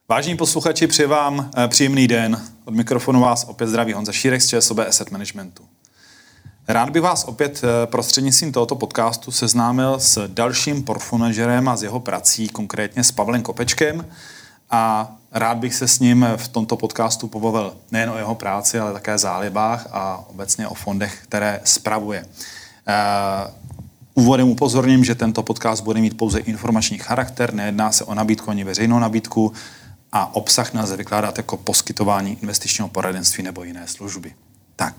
Vážení posluchači, přeji vám příjemný den. Od mikrofonu vás opět zdraví Honza Šírek z ČSOB Asset Managementu. Rád bych vás opět prostřednictvím tohoto podcastu seznámil s dalším portfolio manažerem a s jeho prací, konkrétně s Pavlem Kopečkem. A rád bych se s ním v tomto podcastu pobavil nejen o jeho práci, ale také zálibách a obecně o fondech, které spravuje. Úvodem upozorním, že tento podcast bude mít pouze informační charakter, nejedná se o nabídku ani veřejnou nabídku a obsah nelze vykládat jako poskytování investičního poradenství nebo jiné služby. Tak,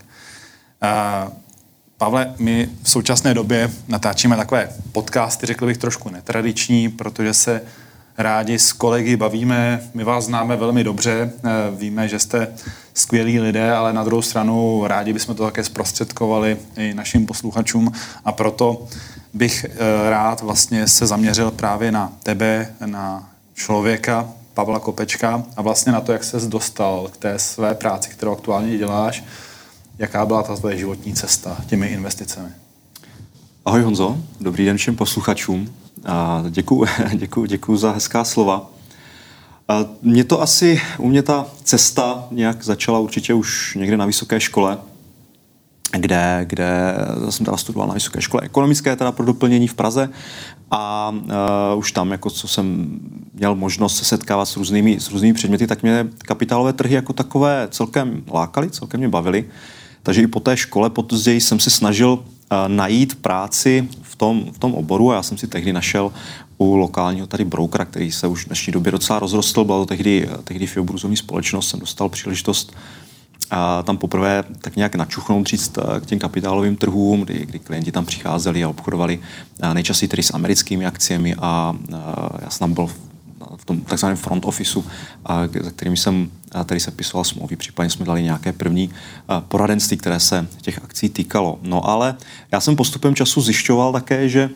Pavle, my v současné době natáčíme takové podcasty, řekl bych trošku netradiční, protože se rádi s kolegy bavíme, my vás známe velmi dobře, víme, že jste skvělí lidé, ale na druhou stranu rádi bychom to také zprostředkovali i našim posluchačům a proto bych rád vlastně se zaměřil právě na tebe, na člověka Pavla Kopečka a vlastně na to, jak ses dostal k té své práci, kterou aktuálně děláš, jaká byla ta tvoje životní cesta těmi investicemi. Ahoj Honzo, dobrý den všem posluchačům. Děkuju za hezká slova. U mě ta cesta nějak začala určitě už někde na vysoké škole, kde jsem teda studoval na vysoké škole ekonomické, teda pro doplnění v Praze a už tam, jako co jsem měl možnost se setkávat s různými předměty, tak mě kapitálové trhy jako takové celkem lákaly, celkem mě bavily. Takže i po té škole později jsem se snažil najít práci v tom oboru a já jsem si tehdy našel u lokálního tady brokera, který se už v dnešní době docela rozrostl, byla to tehdy FIO-burzovní společnost, jsem dostal příležitost tam poprvé tak nějak načuchnout, říct k těm kapitálovým trhům, kdy klienti tam přicházeli a obchodovali nejčastěji tedy s americkými akciemi a já jsem tam byl v tom takzvaném front officeu, za kterým jsem tady sepisoval smlouvy, případně jsme dali nějaké první poradenství, které se těch akcí týkalo. No ale já jsem postupem času zjišťoval také, že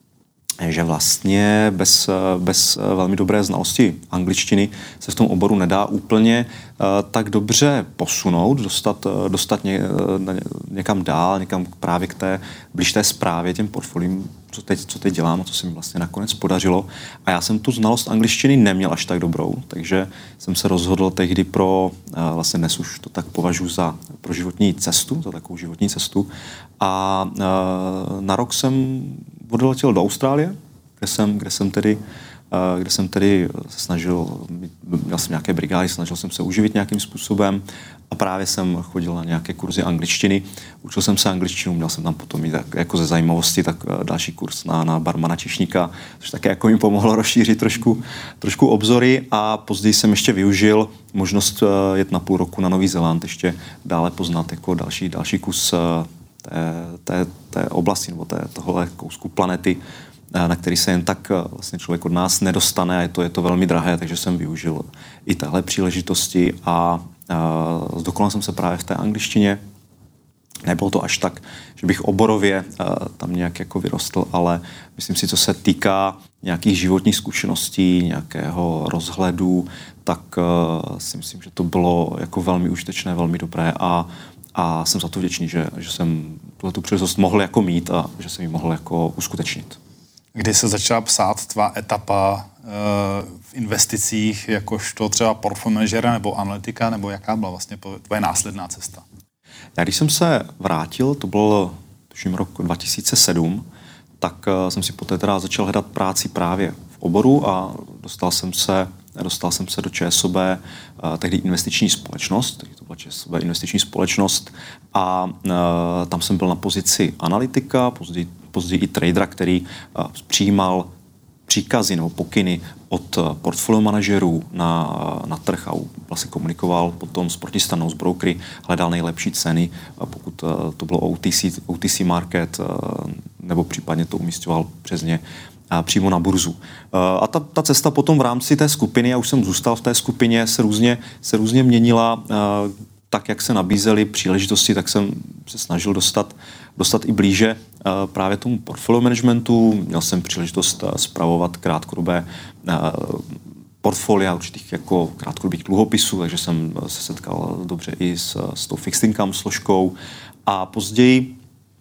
vlastně bez velmi dobré znalosti angličtiny se v tom oboru nedá úplně tak dobře posunout, dostat někam dál, někam právě k té blíž té správě těm portfoliím, co teď dělám a co se mi vlastně nakonec podařilo. A já jsem tu znalost angličtiny neměl až tak dobrou, takže jsem se rozhodl tehdy vlastně dnes už to tak považuji pro životní cestu, za takovou životní cestu. A na rok jsem odletěl do Austrálie, kde jsem tedy se snažil, měl jsem nějaké brigády, snažil jsem se uživit nějakým způsobem a právě jsem chodil na nějaké kurzy angličtiny. Učil jsem se angličtinu, měl jsem tam potom i tak, jako ze zajímavosti tak další kurz na barmana číšníka, což také jako mi pomohlo rozšířit trošku obzory a později jsem ještě využil možnost jet na půl roku na Nový Zéland, ještě dále poznat jako další kus té oblasti nebo tohohle kousku planety, na který se jen tak vlastně člověk od nás nedostane a je to velmi drahé, takže jsem využil i téhle příležitosti a zdokonal jsem se právě v té angličtině. Nebylo to až tak, že bych oborově tam nějak jako vyrostl, ale myslím si, co se týká nějakých životních zkušeností, nějakého rozhledu, tak si myslím, že to bylo jako velmi užitečné, velmi dobré a jsem za to vděčný, že jsem tu příležitost mohl jako mít a že jsem ji mohl jako uskutečnit. Kdy se začala psát tvá etapa v investicích, jakožto třeba portfolio manažera nebo analytika, nebo jaká byla vlastně tvoje následná cesta? Já když jsem se vrátil, to byl tuším rok 2007, tak jsem si poté teda začal hledat práci právě v oboru a dostal jsem se do ČSOB, tehdy investiční společnost, tehdy to byla ČSOB investiční společnost a tam jsem byl na pozici analytika, později i tradera, který přijímal příkazy nebo pokyny od portfolio manažerů na trh a vlastně komunikoval potom s protistranou, s brokery, hledal nejlepší ceny, pokud to bylo OTC market, nebo případně to umísťoval přes ně přímo na burzu. A ta cesta potom v rámci té skupiny, já už jsem zůstal v té skupině, se různě měnila, tak jak se nabízely příležitosti, tak jsem se snažil dostat i blíže právě tomu portfolio managementu. Měl jsem příležitost spravovat krátkodobé portfolia určitých jako krátkodobých dluhopisů, takže jsem se setkal dobře i s tou fixed income složkou. A později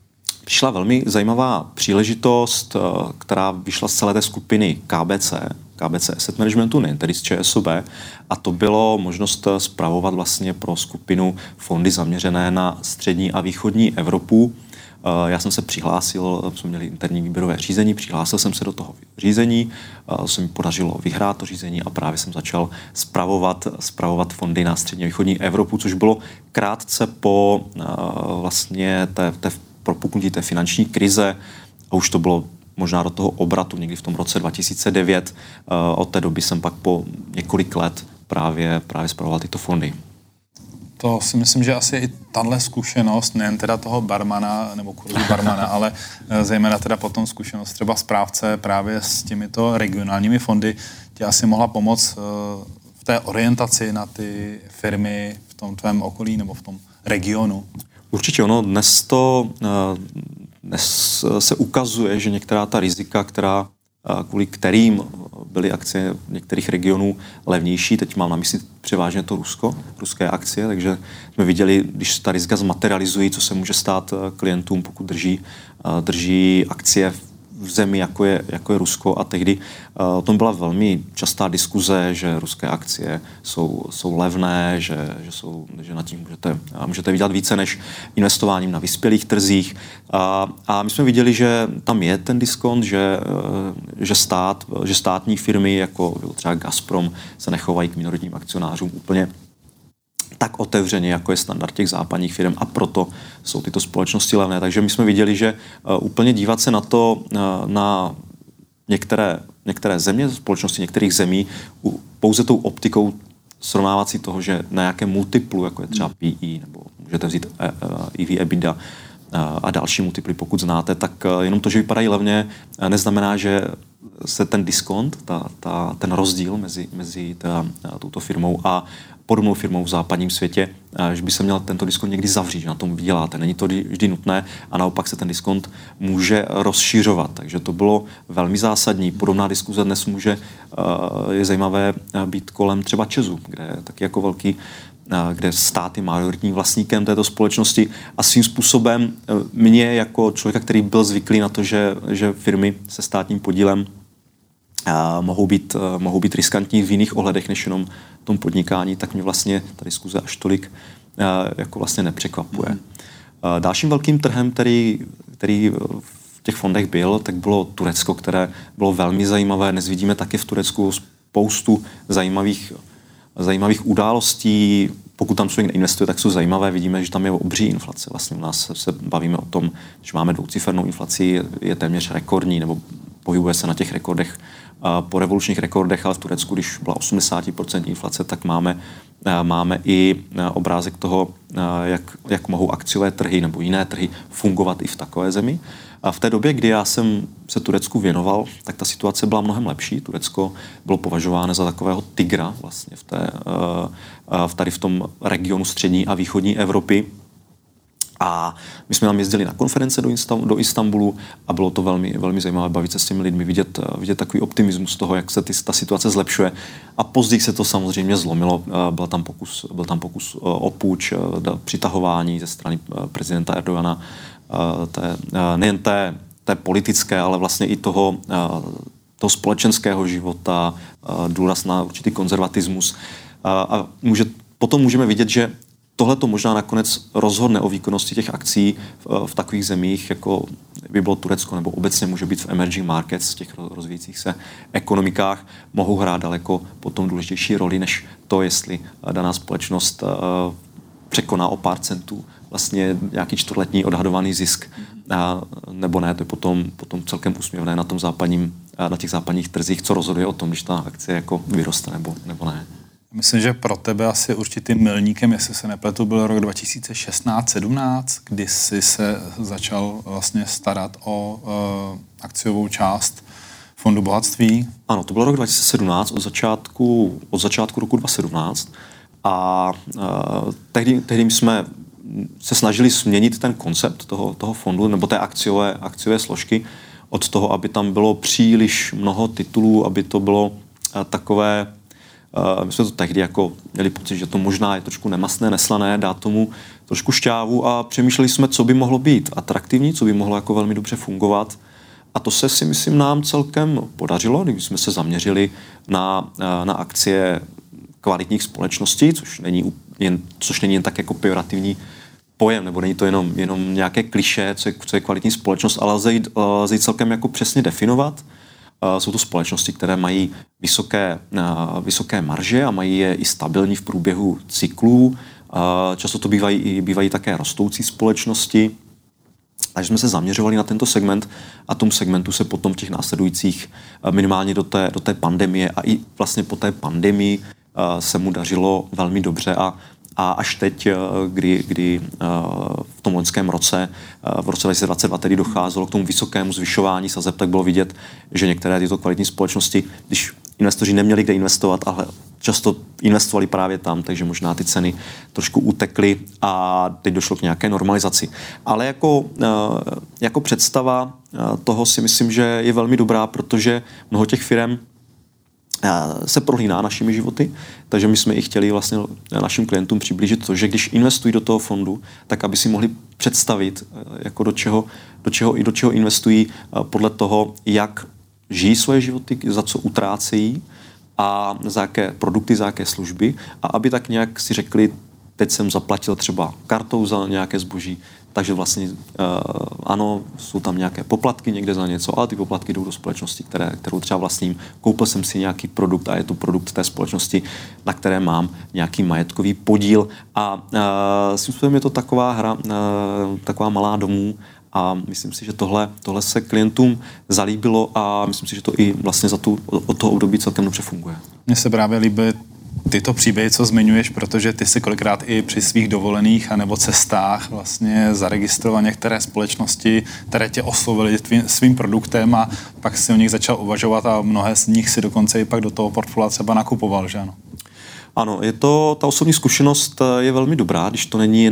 přišla velmi zajímavá příležitost, která vyšla z celé té skupiny KBC, KBC Asset Managementu, nejen tedy z ČSOB, a to bylo možnost spravovat vlastně pro skupinu fondy zaměřené na střední a východní Evropu. Já jsem se přihlásil, jsme měli interní výběrové řízení, přihlásil jsem se do toho řízení, se mi podařilo vyhrát to řízení a právě jsem začal spravovat fondy na střední a východní Evropu, což bylo krátce po vlastně té propuknutí té finanční krize a už to bylo možná do toho obratu někdy v tom roce 2009. Od té doby jsem pak po několik let právě spravoval tyto fondy. To si myslím, že asi i tahle zkušenost, nejen teda toho barmana nebo kurzu barmana, ale zejména teda potom zkušenost třeba správce právě s těmito regionálními fondy tě asi mohla pomoct v té orientaci na ty firmy v tom tvém okolí nebo v tom regionu. Určitě ono, dnes se ukazuje, že některá ta rizika, kvůli kterým byly akcie některých regionů levnější, teď mám na mysli převážně to ruské akcie, takže jsme viděli, když ta rizika zmaterializují, co se může stát klientům, pokud drží akcie v zemi, jako je Rusko, a tehdy o tom byla velmi častá diskuze, že ruské akcie jsou levné, že na tím můžete vydělat více než investováním na vyspělých trzích. A my jsme viděli, že tam je ten diskont, že státní firmy, jako třeba Gazprom, se nechovají k minoritním akcionářům úplně tak otevřeně, jako je standard těch západních firm, a proto jsou tyto společnosti levné. Takže my jsme viděli, že úplně dívat se na to, na některé země, společnosti některých zemí, pouze tou optikou srovnávací toho, že na nějakém multiplu, jako je třeba PE, nebo můžete vzít EV, EBITDA a další multiply, pokud znáte, tak jenom to, že vypadají levně, neznamená, že se ten diskont, ten rozdíl mezi touto firmou a podobnou firmou v západním světě, že by se měl tento diskont někdy zavřít, že na tom vyděláte. Není to vždy nutné a naopak se ten diskont může rozšiřovat. Takže to bylo velmi zásadní. Podobná diskuze dnes je zajímavé být kolem třeba ČEZu, kde je taky jako velký, kde stát je majoritním vlastníkem této společnosti a svým způsobem mě jako člověka, který byl zvyklý na to, že firmy se státním podílem mohou být riskantní v jiných ohledech než jenom v tom podnikání, tak mě vlastně ta diskuze až tolik jako vlastně nepřekvapuje. Dalším velkým trhem, který v těch fondech byl, tak bylo Turecko, které bylo velmi zajímavé. Dnes vidíme taky v Turecku spoustu zajímavých událostí. Pokud tam člověk neinvestuje, tak jsou zajímavé. Vidíme, že tam je obří inflace. Vlastně u nás se bavíme o tom, že máme dvoucifernou inflaci, je téměř rekordní, nebo pohybuje se na těch rekordech, po revolučních rekordech, ale v Turecku, když byla 80% inflace, tak máme i obrázek toho, jak mohou akciové trhy nebo jiné trhy fungovat i v takové zemi. A v té době, kdy já jsem se Turecku věnoval, tak ta situace byla mnohem lepší. Turecko bylo považováno za takového tygra vlastně tady v tom regionu střední a východní Evropy. A my jsme tam jezdili na konference do Istanbulu a bylo to velmi, velmi zajímavé bavit se s těmi lidmi, vidět takový optimismus toho, jak se ta situace zlepšuje. A později se to samozřejmě zlomilo. Byl tam pokus o puč, přitahování ze strany prezidenta Erdogana, nejen té politické, ale vlastně i toho společenského života, důraz na určitý konzervatismus. A potom můžeme vidět, že tohle to možná nakonec rozhodne o výkonnosti těch akcí v takových zemích, jako by bylo Turecko, nebo obecně může být v emerging markets, v těch rozvíjících se ekonomikách, mohou hrát daleko potom důležitější roli, než to, jestli daná společnost překoná o pár centů vlastně nějaký čtvrtletní odhadovaný zisk, nebo ne, to je potom celkem úsměvné na těch západních trzích, co rozhoduje o tom, když ta akcie jako vyroste nebo ne. Myslím, že pro tebe asi určitým milníkem, jestli se nepletu, byl rok 2016-17, kdy jsi se začal vlastně starat o akciovou část Fondu bohatství. Ano, to byl rok 2017, od začátku roku 2017 a tehdy jsme se snažili změnit ten koncept toho fondu nebo té akciové složky od toho, aby tam bylo příliš mnoho titulů, aby to bylo takové. My jsme to tehdy jako měli pocit, že to možná je trošku nemastné, neslané, dát tomu trošku šťávu a přemýšleli jsme, co by mohlo být atraktivní, co by mohlo jako velmi dobře fungovat. A to se si myslím nám celkem podařilo, když jsme se zaměřili na akcie kvalitních společností, což není jen tak jako pejorativní pojem, nebo není to jenom nějaké klišé, co je kvalitní společnost, ale lze jít celkem jako přesně definovat. Jsou to společnosti, které mají vysoké marže a mají je i stabilní v průběhu cyklů. Často to bývají také rostoucí společnosti. Takže jsme se zaměřovali na tento segment a tomu segmentu se potom těch následujících minimálně do té pandemie a i vlastně po té pandemii se mu dařilo velmi dobře a až teď, kdy v tom loňském roce, v roce 2022 tedy docházelo k tomu vysokému zvyšování sazeb, tak bylo vidět, že některé tyto kvalitní společnosti, když investoři neměli kde investovat, ale často investovali právě tam, takže možná ty ceny trošku utekly a teď došlo k nějaké normalizaci. Ale jako představa toho si myslím, že je velmi dobrá, protože mnoho těch firem se prohlíná našimi životy, takže my jsme i chtěli vlastně našim klientům přiblížit to, že když investují do toho fondu, tak aby si mohli představit, jako do čeho investují podle toho, jak žijí svoje životy, za co utrácejí a za jaké produkty, za jaké služby a aby tak nějak si řekli, teď jsem zaplatil třeba kartou za nějaké zboží, takže vlastně ano, jsou tam nějaké poplatky někde za něco, ale ty poplatky jdou do společnosti, kterou třeba vlastním. Koupil jsem si nějaký produkt a je to produkt té společnosti, na které mám nějaký majetkový podíl a svým způsobem je to taková hra, taková malá domů a myslím si, že tohle se klientům zalíbilo a myslím si, že to i vlastně od toho období celkem dobře funguje. Mně se právě líbí tyto příběhy, co zmiňuješ, protože ty si kolikrát i při svých dovolených anebo cestách vlastně zaregistroval některé společnosti, které tě oslovily svým produktem a pak si o nich začal uvažovat a mnohé z nich si dokonce i pak do toho portfolia třeba nakupoval, že ano? Ano, ta osobní zkušenost je velmi dobrá, když to není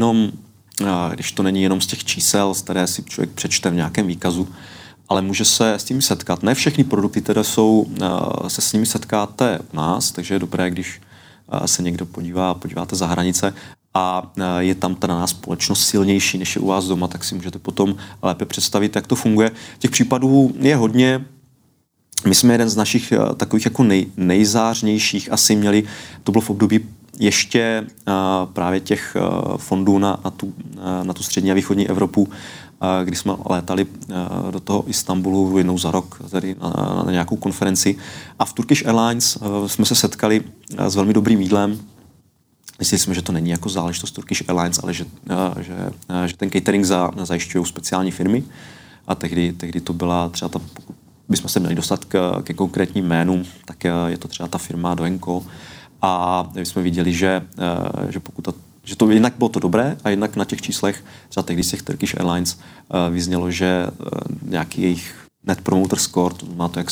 jenom z těch čísel, z které si člověk přečte v nějakém výkazu, ale může se s tím setkat. Ne všechny produkty, které se s nimi setkáte u nás, takže je dobré, když se někdo podíváte za hranice a je tam ta daná společnost silnější, než je u vás doma, tak si můžete potom lépe představit, jak to funguje. Těch případů je hodně. My jsme jeden z našich takových jako nejzářnějších asi měli, to bylo v období ještě právě těch fondů na tu střední a východní Evropu, kdy jsme létali do toho Istanbulu jednou za rok tady na nějakou konferenci. A v Turkish Airlines jsme se setkali s velmi dobrým jídlem. Mysleli jsme, že to není jako záležitost Turkish Airlines, ale že ten catering zajišťují speciální firmy. A tehdy to byla třeba pokud bychom se měli dostat ke konkrétním jménům, tak je to třeba ta firma Doenko. A my jsme viděli, že to jednak bylo to dobré a jednak na těch číslech, třeba tehdy z těch Turkish Airlines vyznělo, že nějaký jejich net promoter score, to znamená to,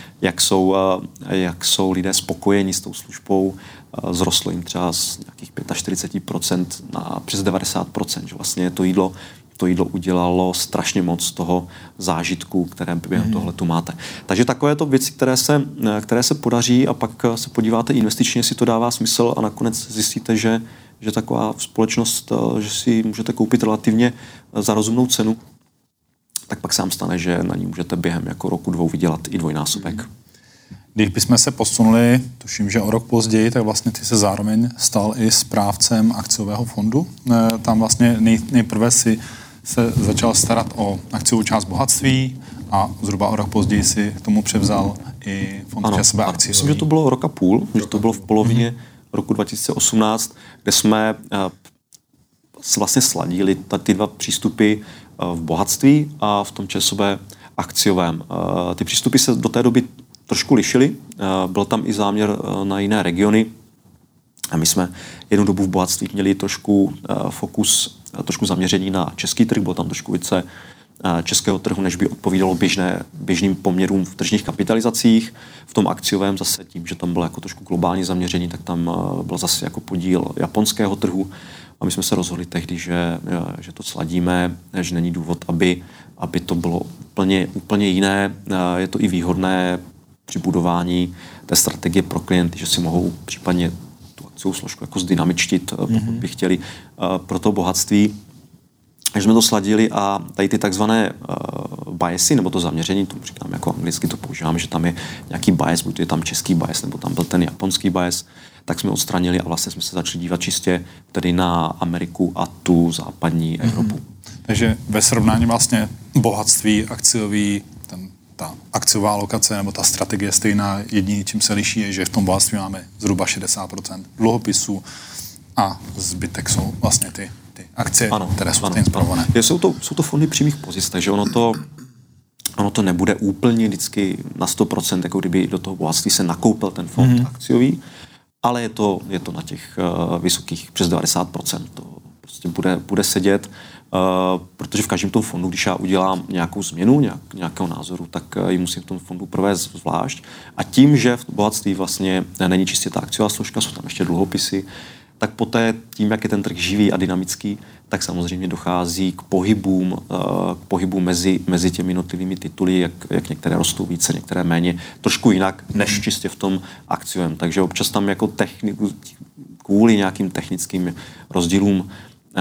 jak jsou lidé spokojeni s tou službou, zrostlo jim třeba z nějakých 45% na přes 90%, že vlastně to jídlo udělalo strašně moc toho zážitku, které během tohletu máte. Takže takové to věci, které se podaří a pak se podíváte investičně, jestli to dává smysl a nakonec zjistíte, že taková společnost, že si můžete koupit relativně za rozumnou cenu, tak pak se vám stane, že na ní můžete během jako roku, dvou vydělat i dvojnásobek. Když bychom se posunuli, tuším, že o rok později, tak vlastně ty se zároveň stal i správcem akciového fondu. Tam vlastně nejprve si se začal starat o akciovou část bohatství a zhruba o rok později si k tomu převzal i fond ČSOB akciový. Myslím, že to bylo rok a půl, že to bylo v polovině roku 2018, kde jsme vlastně sladili ty dva přístupy v bohatství a v tom ČSOB akciovém. Ty přístupy se do té doby trošku lišily, byl tam i záměr na jiné regiony a my jsme jednu dobu v bohatství měli trošku fokus, trošku zaměření na český trh, bylo tam trošku více českého trhu, než by odpovídalo běžným poměrům v tržních kapitalizacích. V tom akciovém zase tím, že tam bylo jako trošku globální zaměření, tak tam byl zase jako podíl japonského trhu a my jsme se rozhodli tehdy, že to sladíme, že není důvod, aby to bylo úplně jiné. Je to i výhodné při budování té strategie pro klienty, že si mohou případně tu akciovou složku jako zdynamičtit, pokud by chtěli pro to bohatství. Takže jsme to sladili a tady ty takzvané biasy, nebo to zaměření, to říkám jako anglicky, to používám, že tam je nějaký bias, buď je tam český bias, nebo tam byl ten japonský bias, tak jsme odstranili a vlastně jsme se začali dívat čistě tedy na Ameriku a tu západní Evropu. Takže ve srovnání vlastně bohatství akciový, ta akciová alokace nebo ta strategie stejná, jediný, čím se liší, je, že v tom bohatství máme zhruba 60% dluhopisů a zbytek jsou vlastně ty akcie, které jsou stejně spravované. Jsou to fondy přímých pozic, takže ono to nebude úplně vždycky na 100%, jako kdyby do toho bohatství se nakoupil ten fond akciový, ale je to na těch vysokých přes 90%. To prostě bude sedět, protože v každém tom fondu, když já udělám nějakou změnu, nějakého názoru, tak ji musím v tom fondu provést zvlášť. A tím, že v bohatství vlastně není čistě ta akciová složka, jsou tam ještě dluhopisy, tak poté tím, jak je ten trh živý a dynamický, tak samozřejmě dochází k pohybu mezi těmi jednotlivými tituly, jak některé rostou více, některé méně, trošku jinak, než čistě v tom akciovém. Takže občas tam jako kvůli nějakým technickým rozdílům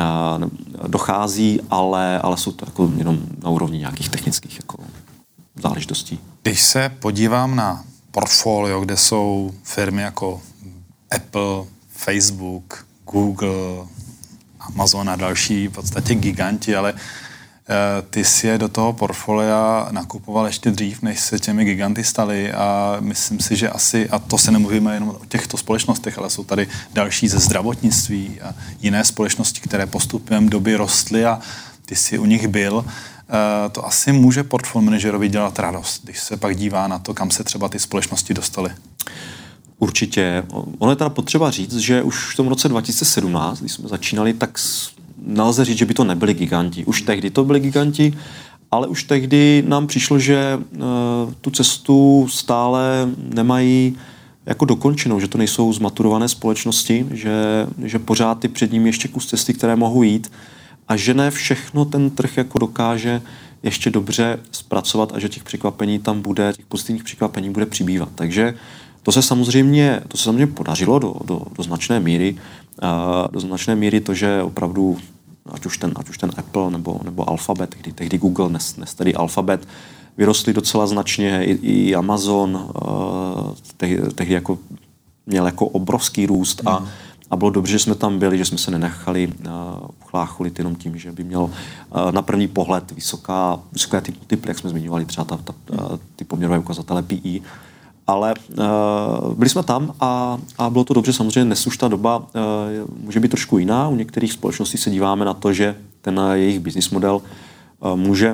dochází, ale jsou to jako jenom na úrovni nějakých technických jako záležitostí. Když se podívám na portfolio, kde jsou firmy jako Apple, Facebook, Google, Amazon a další v podstatě giganti, ale ty si je do toho portfolia nakupoval ještě dřív, než se těmi giganty stali a myslím si, že asi, a to se nemluvíme jenom o těchto společnostech, ale jsou tady další ze zdravotnictví a jiné společnosti, které postupem doby rostly a ty si u nich byl. To asi může portfolio manažerovi dělat radost, když se pak dívá na to, kam se třeba ty společnosti dostaly. Určitě. Ono je teda potřeba říct, že už v tom roce 2017, když jsme začínali, tak nelze říct, že by to nebyli giganti. Už tehdy to byli giganti, ale už tehdy nám přišlo, že tu cestu stále nemají jako dokončenou, že to nejsou zmaturované společnosti, že pořád ty před nimi ještě kus cesty, které mohou jít a že ne všechno ten trh jako dokáže ještě dobře zpracovat a že těch překvapení tam bude, těch pozitivních překvapení bude přibývat. Takže to se samozřejmě podařilo do značné míry. Do značné míry to, že opravdu ať už ten Apple nebo Alphabet, tehdy Google, dnes tedy Alphabet, vyrostly docela značně, i Amazon tehdy jako měl jako obrovský růst a bylo dobře, že jsme tam byli, že jsme se nenechali uchlácholit jenom tím, že by měl na první pohled vysoké typy, jak jsme zmiňovali, třeba ty poměrové ukazatele PE. Ale byli jsme tam a bylo to dobře. Samozřejmě dnes už ta doba může být trošku jiná. U některých společností se díváme na to, že ten jejich business model může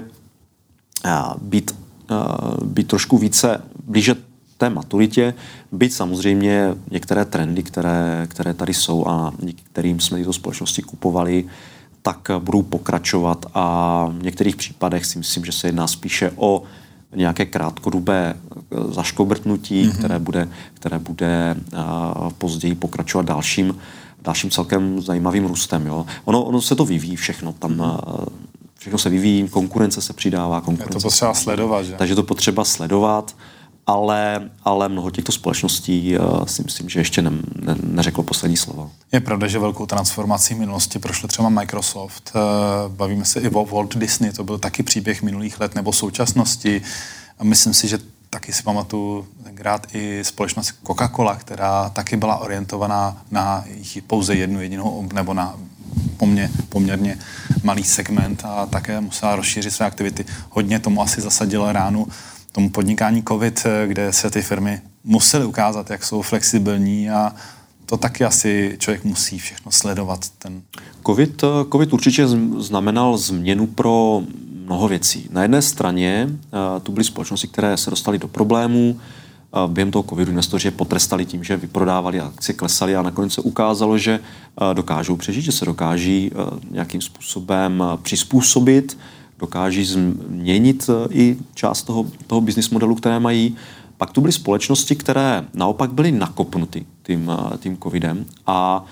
být trošku více blíže té maturitě, byť samozřejmě některé trendy, které tady jsou a kterým jsme tyto společnosti kupovali, tak budou pokračovat a v některých případech si myslím, že se jedná spíše o nějaké krátkodobé zaškobrtnutí, které bude později pokračovat dalším celkem zajímavým růstem. Jo. Ono se to vyvíjí všechno. Tam všechno se vyvíjí, konkurence se přidává. Je to potřeba sledovat, že? Takže to potřeba sledovat, ale mnoho těchto společností si myslím, že ještě neřeklo poslední slovo. Je pravda, že velkou transformací minulosti prošlo třeba Microsoft. Bavíme se i o Walt Disney, to byl taky příběh minulých let nebo současnosti. A myslím si, že taky si pamatuju tenkrát i společnost Coca-Cola, která taky byla orientovaná na pouze jednu jedinou nebo na poměrně malý segment a také musela rozšířit své aktivity. Hodně tomu asi zasadilo ránu tomu podnikání COVID, kde se ty firmy musely ukázat, jak jsou flexibilní a to taky asi člověk musí všechno sledovat. COVID určitě znamenal změnu pro mnoho věcí. Na jedné straně tu byly společnosti, které se dostaly do problémů. Během toho covidu investoři je potrestali tím, že vyprodávali akcie, klesaly a nakonec se ukázalo, že dokážou přežít, že se dokáží nějakým způsobem přizpůsobit, dokáží změnit i část toho business modelu, které mají. Pak tu byly společnosti, které naopak byly nakopnuty tím covidem a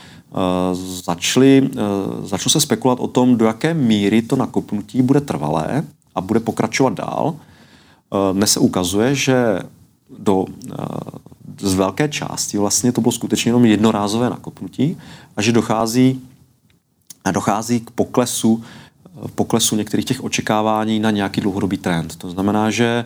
začalo se spekulovat o tom, do jaké míry to nakopnutí bude trvalé a bude pokračovat dál. Dnes se ukazuje, že z velké části vlastně to bylo skutečně jenom jednorázové nakopnutí a že dochází k poklesu poklesu některých těch očekávání na nějaký dlouhodobý trend. To znamená, že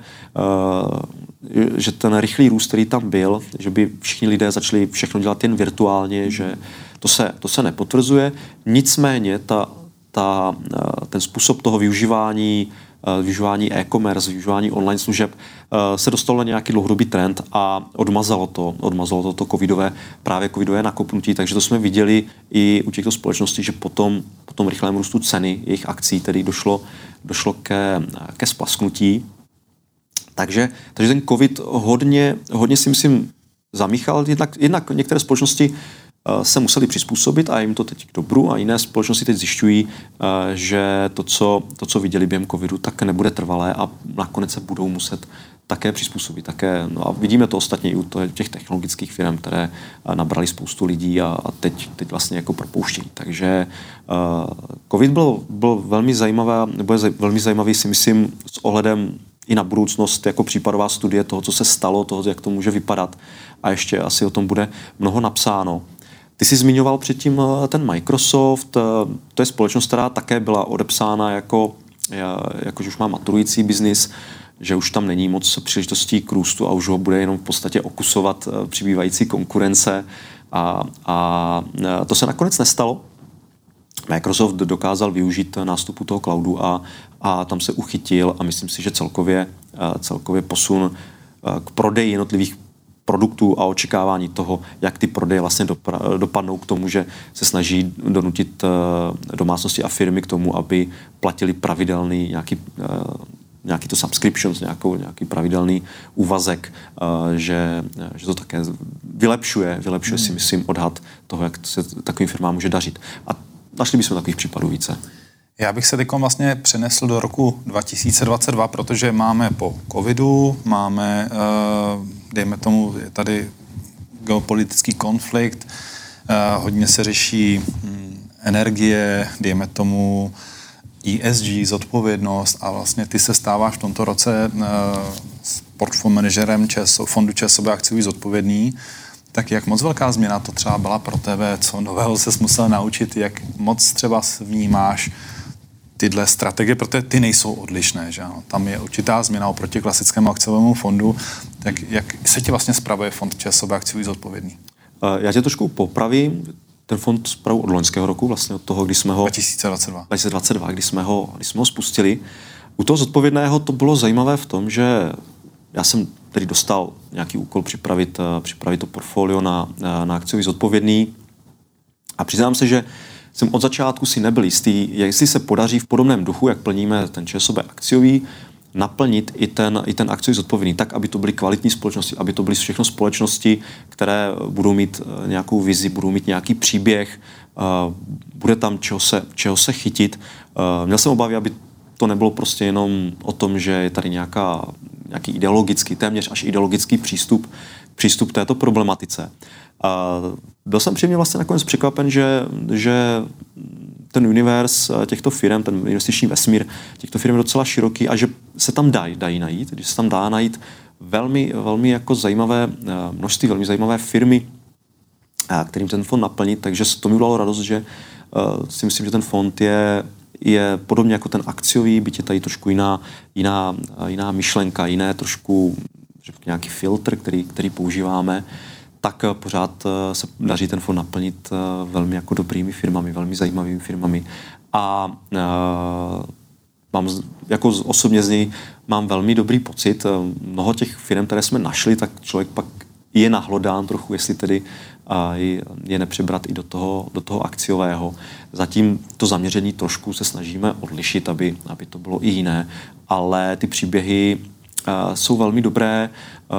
ten rychlý růst, který tam byl, že by všichni lidé začali všechno dělat jen virtuálně, že to se nepotvrzuje. Nicméně ten způsob toho využívání e-commerce, využívání online služeb se dostalo na nějaký dlouhodobý trend a odmazalo to právě covidové nakopnutí, takže to jsme viděli i u těchto společností, že po tom rychlém růstu ceny jejich akcí tedy došlo ke splasknutí. Takže ten covid hodně si myslím zamíchal, jednak některé společnosti se museli přizpůsobit a jim to teď k dobru a jiné společnosti teď zjišťují, že to, co viděli během covidu, tak nebude trvalé a nakonec se budou muset také přizpůsobit. A vidíme to ostatně i u těch technologických firm, které nabrali spoustu lidí a teď vlastně jako propouštějí. Takže covid byl velmi velmi zajímavý, si myslím, s ohledem i na budoucnost jako případová studie toho, co se stalo, toho, jak to může vypadat a ještě asi o tom bude mnoho napsáno. Ty jsi zmiňoval předtím ten Microsoft, to je společnost, která také byla odepsána jako že už má maturující biznis, že už tam není moc příležitostí k růstu a už ho bude jenom v podstatě okusovat přibývající konkurence a to se nakonec nestalo. Microsoft dokázal využít nástupu toho cloudu a tam se uchytil a myslím si, že celkově posun k prodeji jednotlivých produktů a očekávání toho, jak ty prodeje vlastně dopadnou k tomu, že se snaží donutit domácnosti a firmy k tomu, aby platili pravidelný nějaký to subscriptions, nějaký pravidelný úvazek, že to také vylepšuje si myslím odhad toho, jak se takovým firmám může dařit. A našli bychom takových případů více. Já bych se teď vlastně přenesl do roku 2022, protože máme po covidu, máme, dejme tomu, je tady geopolitický konflikt, hodně se řeší energie, dejme tomu ESG, zodpovědnost a vlastně ty se stáváš v tomto roce portfolio manažerem fondu ČSOB akciový zodpovědný. Tak jak moc velká změna to třeba byla pro tebe, co nového ses musel naučit, jak moc třeba vnímáš tyhle strategie, protože ty nejsou odlišné, že ano? Tam je určitá změna oproti klasickému akciovému fondu, tak jak se ti vlastně spravuje fond ČSOB akciový zodpovědný? Já tě trošku popravím, ten fond spravuje od loňského roku, vlastně od toho, kdy jsme ho... 2022, kdy jsme ho spustili. U toho zodpovědného to bylo zajímavé v tom, že já jsem tedy dostal nějaký úkol připravit to portfolio na akciový zodpovědný a přiznám se, že jsem od začátku si nebyl jistý, jestli se podaří v podobném duchu, jak plníme ten ČSOB akciový, naplnit i ten akciový zodpovědný, tak, aby to byly kvalitní společnosti, aby to byly všechno společnosti, které budou mít nějakou vizi, budou mít nějaký příběh, bude tam čeho se chytit. Měl jsem obavy, aby to nebylo prostě jenom o tom, že je tady nějaký ideologický, téměř až ideologický přístup k této problematice. Byl jsem přímě vlastně nakonec překvapen, že ten univerz těchto firm, ten investiční vesmír těchto firm je docela široký a že se tam dají najít, že se tam dá najít velmi, velmi jako zajímavé množství, velmi zajímavé firmy, kterým ten fond naplnit, takže to mi udělalo radost, že si myslím, že ten fond je podobně jako ten akciový, byť je tady trošku jiná myšlenka, jiné trošku nějaký filtr, který používáme, tak pořád se daří ten fond naplnit velmi jako dobrými firmami, velmi zajímavými firmami. A mám jako osobně z něj mám velmi dobrý pocit. Mnoho těch firm, které jsme našli, tak člověk pak je nahlodán trochu, jestli tedy je nepřebrat i do toho akciového. Zatím to zaměření trošku se snažíme odlišit, aby to bylo i jiné, ale ty příběhy jsou velmi dobré.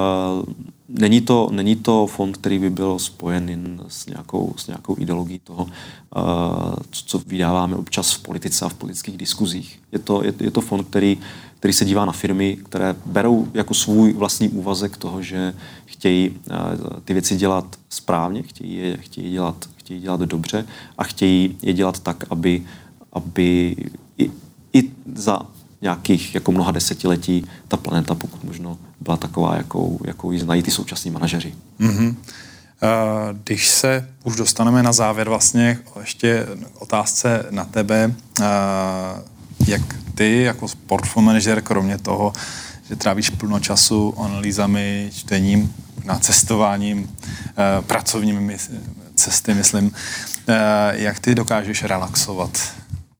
Není to fond, který by byl spojen jen s nějakou ideologií toho, co vydáváme občas v politice a v politických diskuzích. Je to fond, který se dívá na firmy, které berou jako svůj vlastní úvazek toho, že chtějí ty věci dělat správně, chtějí dělat dobře a chtějí je dělat tak, aby i za nějakých jako mnoha desetiletí ta planeta pokud možno byla taková, jakou ji znají ty současní manažeři. Mm-hmm. Když se už dostaneme na závěr vlastně ještě otázce na tebe, Jak ty jako sportful manažer, kromě toho, že trávíš plno času analýzami, čtením, na cestováním, pracovními cesty, myslím, jak ty dokážeš relaxovat?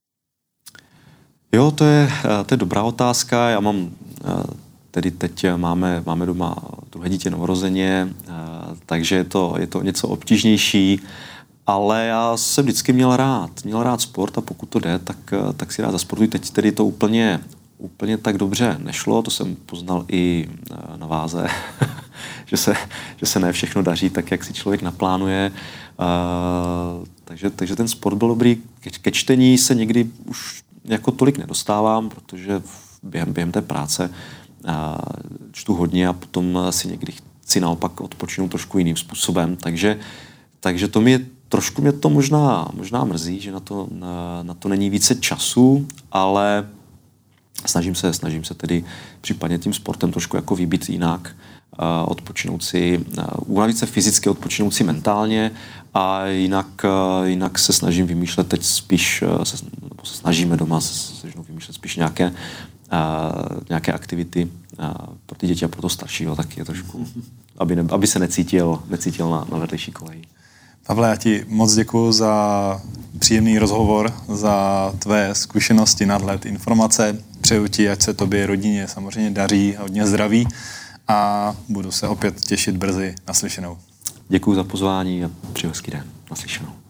Jo, to je dobrá otázka. Já mám, tedy teď máme doma druhé dítě novorozeně, takže je to něco obtížnější, ale já jsem vždycky měl rád sport a pokud to jde, tak si rád zasportuji. Teď tedy to úplně tak dobře nešlo, to jsem poznal i na váze, že se ne všechno daří tak, jak si člověk naplánuje. Takže ten sport byl dobrý. Ke čtení se někdy už jako tolik nedostávám, protože během té práce čtu hodně a potom si někdy chci naopak odpočinout trošku jiným způsobem. Takže to trošku mě to možná mrzí, že na to není více času, ale snažím se tedy případně tím sportem trošku jako vybít jinak, odpočinout si, unavit se fyzicky, odpočinout si mentálně a jinak se snažím vymýšlet teď spíš, snažíme doma se vymýšlet spíš nějaké aktivity pro ty děti a pro to staršího taky trošku, aby se necítil na vedlejší koleji. Pavle, já ti moc děkuju za příjemný rozhovor, za tvé zkušenosti, nadhled, informace. Přeju ti, ať se tobě, rodině samozřejmě daří, hodně zdraví a budu se opět těšit brzy. Naslyšenou. Děkuju za pozvání a přeju hezký den. Naslyšenou.